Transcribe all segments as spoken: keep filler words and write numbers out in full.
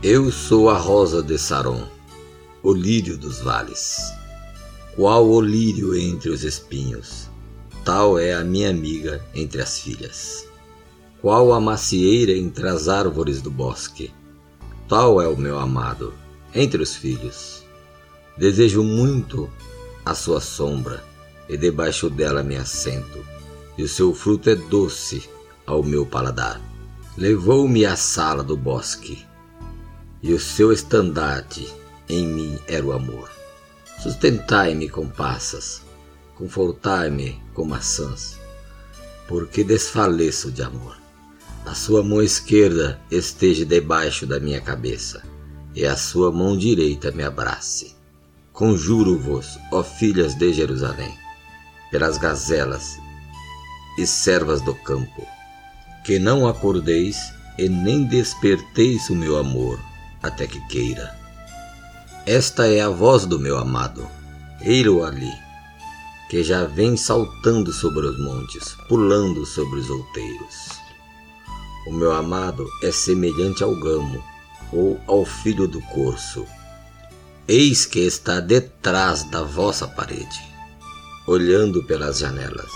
Eu sou a rosa de Saron, o lírio dos vales. Qual o lírio entre os espinhos, tal é a minha amiga entre as filhas. Qual a macieira entre as árvores do bosque, tal é o meu amado entre os filhos. Desejo muito a sua sombra, e debaixo dela me assento, e o seu fruto é doce ao meu paladar. Levou-me à sala do bosque, e o seu estandarte em mim era o amor. Sustentai-me com passas, confortai-me com maçãs, porque desfaleço de amor. A sua mão esquerda esteja debaixo da minha cabeça, e a sua mão direita me abrace. Conjuro-vos, ó filhas de Jerusalém, pelas gazelas e servas do campo, que não acordeis e nem desperteis o meu amor, até que queira. Esta é a voz do meu amado, eis-o ali, que já vem saltando sobre os montes, pulando sobre os outeiros. O meu amado é semelhante ao gamo, ou ao filho do corço. Eis que está detrás da vossa parede, olhando pelas janelas,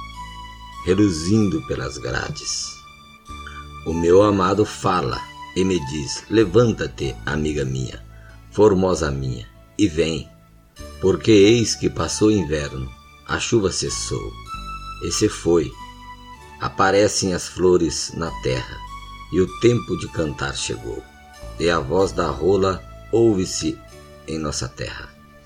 reluzindo pelas grades. O meu amado fala e me diz: levanta-te, amiga minha, formosa minha, e vem, porque eis que passou o inverno, a chuva cessou, e se foi. Aparecem as flores na terra, e o tempo de cantar chegou, e a voz da rola ouve-se em nossa terra.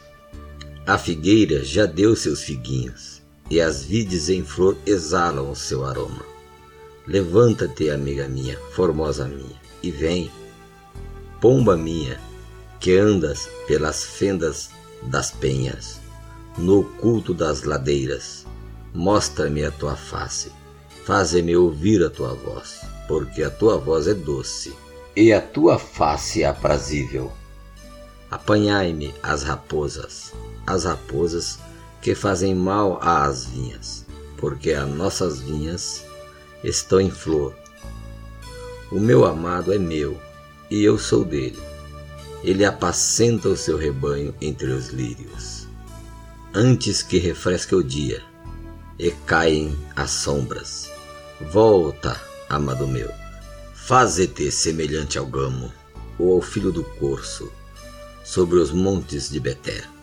A figueira já deu seus figuinhos, e as vides em flor exalam o seu aroma. Levanta-te, amiga minha, formosa minha, e vem, pomba minha, que andas pelas fendas das penhas, no oculto das ladeiras, mostra-me a tua face, faze-me ouvir a tua voz, porque a tua voz é doce, e a tua face é aprazível. Apanhai-me as raposas, as raposas que fazem mal às vinhas, porque as nossas vinhas estão em flor. O meu amado é meu, e eu sou dele. Ele apacenta o seu rebanho entre os lírios. Antes que refresque o dia, e caem as sombras, volta, amado meu, faze-te semelhante ao gamo, ou ao filho do corço, sobre os montes de Beter.